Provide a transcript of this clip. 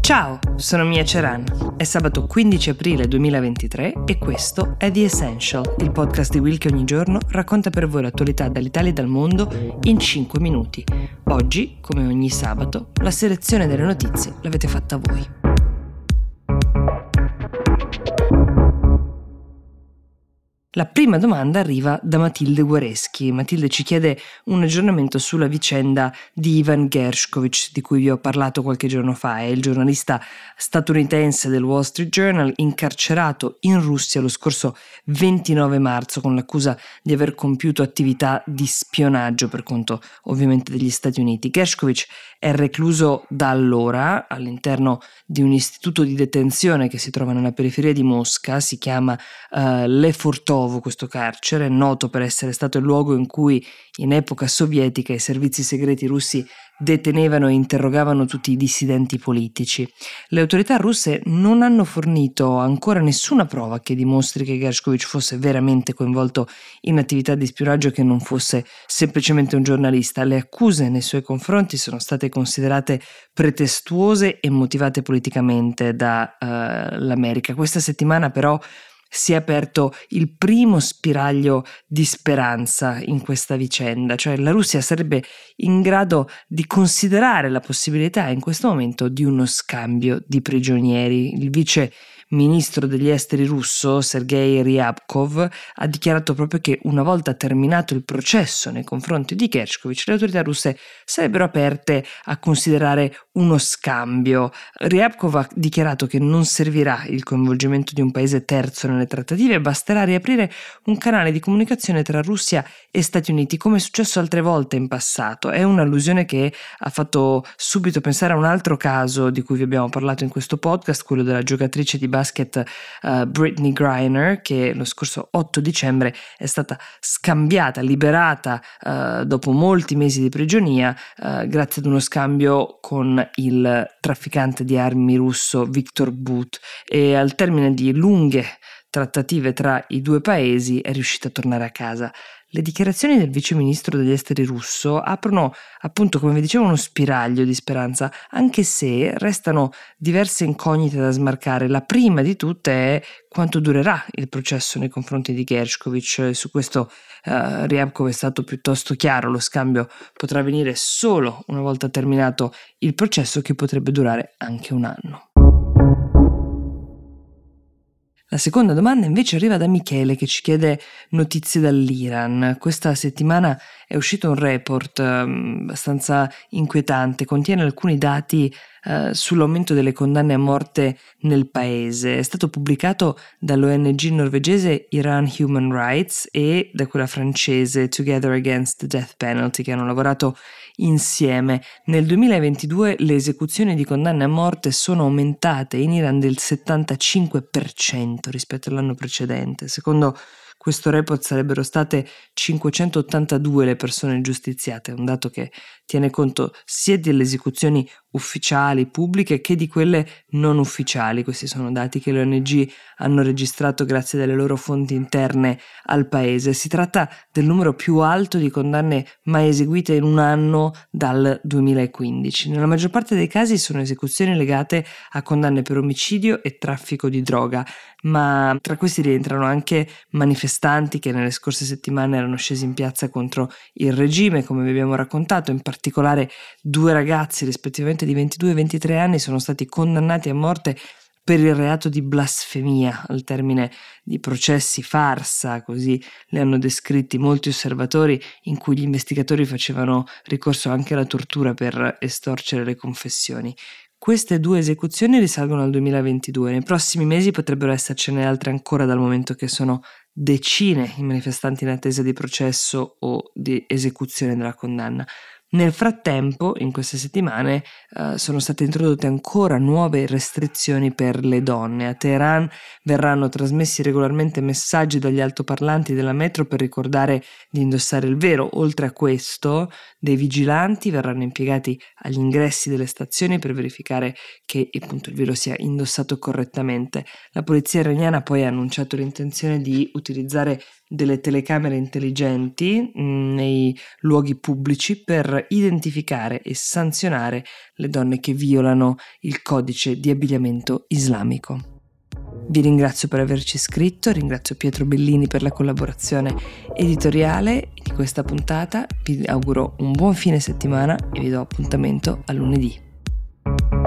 Ciao, sono Mia Ceran. È sabato 15 aprile 2023 e questo è The Essential, il podcast di Will che ogni giorno racconta per voi l'attualità dall'Italia e dal mondo in 5 minuti. Oggi, come ogni sabato, la selezione delle notizie l'avete fatta voi. La prima domanda arriva da Matilde Guareschi. Matilde ci chiede un aggiornamento sulla vicenda di Ivan Gershkovich, di cui vi ho parlato qualche giorno fa. È il giornalista statunitense del Wall Street Journal incarcerato in Russia lo scorso 29 marzo con l'accusa di aver compiuto attività di spionaggio per conto ovviamente degli Stati Uniti. Gershkovich è recluso da allora all'interno di un istituto di detenzione che si trova nella periferia di Mosca, si chiama Lefortovo. Questo carcere è noto per essere stato il luogo in cui in epoca sovietica i servizi segreti russi detenevano e interrogavano tutti i dissidenti politici. Le autorità russe non hanno fornito ancora nessuna prova che dimostri che Gershkovich fosse veramente coinvolto in attività di spionaggio, che non fosse semplicemente un giornalista. Le accuse nei suoi confronti sono state considerate pretestuose e motivate politicamente dall'America. Questa settimana però si è aperto il primo spiraglio di speranza in questa vicenda, cioè la Russia sarebbe in grado di considerare la possibilità in questo momento di uno scambio di prigionieri. Il vice ministro degli esteri russo, Sergei Ryabkov, ha dichiarato proprio che una volta terminato il processo nei confronti di Gershkovich, le autorità russe sarebbero aperte a considerare uno scambio. Ryabkov ha dichiarato che non servirà il coinvolgimento di un paese terzo nelle trattative, basterà riaprire un canale di comunicazione tra Russia e Stati Uniti, come è successo altre volte in passato. È un'allusione che ha fatto subito pensare a un altro caso di cui vi abbiamo parlato in questo podcast, quello della giocatrice di basket Brittney Griner, che lo scorso 8 dicembre è stata scambiata, liberata dopo molti mesi di prigionia grazie ad uno scambio con il trafficante di armi russo Viktor Bout, e al termine di lunghe trattative tra i due paesi è riuscita a tornare a casa. Le dichiarazioni del vice ministro degli esteri russo aprono, appunto, come vi dicevo, uno spiraglio di speranza, anche se restano diverse incognite da smarcare. La prima di tutte è quanto durerà il processo nei confronti di Gershkovich. Su questo Ryabkov è stato piuttosto chiaro: lo scambio potrà avvenire solo una volta terminato il processo, che potrebbe durare anche un anno. La seconda domanda invece arriva da Michele, che ci chiede notizie dall'Iran. Questa settimana è uscito un report abbastanza inquietante, contiene alcuni dati sull'aumento delle condanne a morte nel paese. È stato pubblicato dall'ONG norvegese Iran Human Rights e da quella francese Together Against the Death Penalty, che hanno lavorato insieme. Nel 2022 le esecuzioni di condanne a morte sono aumentate in Iran del 75% rispetto all'anno precedente. Secondo questo report sarebbero state 582 le persone giustiziate, un dato che tiene conto sia delle esecuzioni ufficiali, pubbliche, che di quelle non ufficiali. Questi sono dati che le ONG hanno registrato grazie alle loro fonti interne al paese. Si tratta del numero più alto di condanne mai eseguite in un anno dal 2015. Nella maggior parte dei casi sono esecuzioni legate a condanne per omicidio e traffico di droga, ma tra questi rientrano anche manifestanti che nelle scorse settimane erano scesi in piazza contro il regime, come vi abbiamo raccontato. In particolare 2 ragazzi, rispettivamente di 22 e 23 anni, sono stati condannati a morte per il reato di blasfemia, al termine di processi farsa, così li hanno descritti molti osservatori, in cui gli investigatori facevano ricorso anche alla tortura per estorcere le confessioni. Queste 2 esecuzioni risalgono al 2022, nei prossimi mesi potrebbero essercene altre ancora, dal momento che sono decine i manifestanti in attesa di processo o di esecuzione della condanna. Nel frattempo, in queste settimane, sono state introdotte ancora nuove restrizioni per le donne. A Teheran verranno trasmessi regolarmente messaggi dagli altoparlanti della metro per ricordare di indossare il velo. Oltre a questo, dei vigilanti verranno impiegati agli ingressi delle stazioni per verificare che appunto il velo sia indossato correttamente. La polizia iraniana poi ha annunciato l'intenzione di utilizzare delle telecamere intelligenti nei luoghi pubblici per identificare e sanzionare le donne che violano il codice di abbigliamento islamico. Vi ringrazio per averci scritto, ringrazio Pietro Bellini per la collaborazione editoriale di questa puntata, vi auguro un buon fine settimana e vi do appuntamento a lunedì.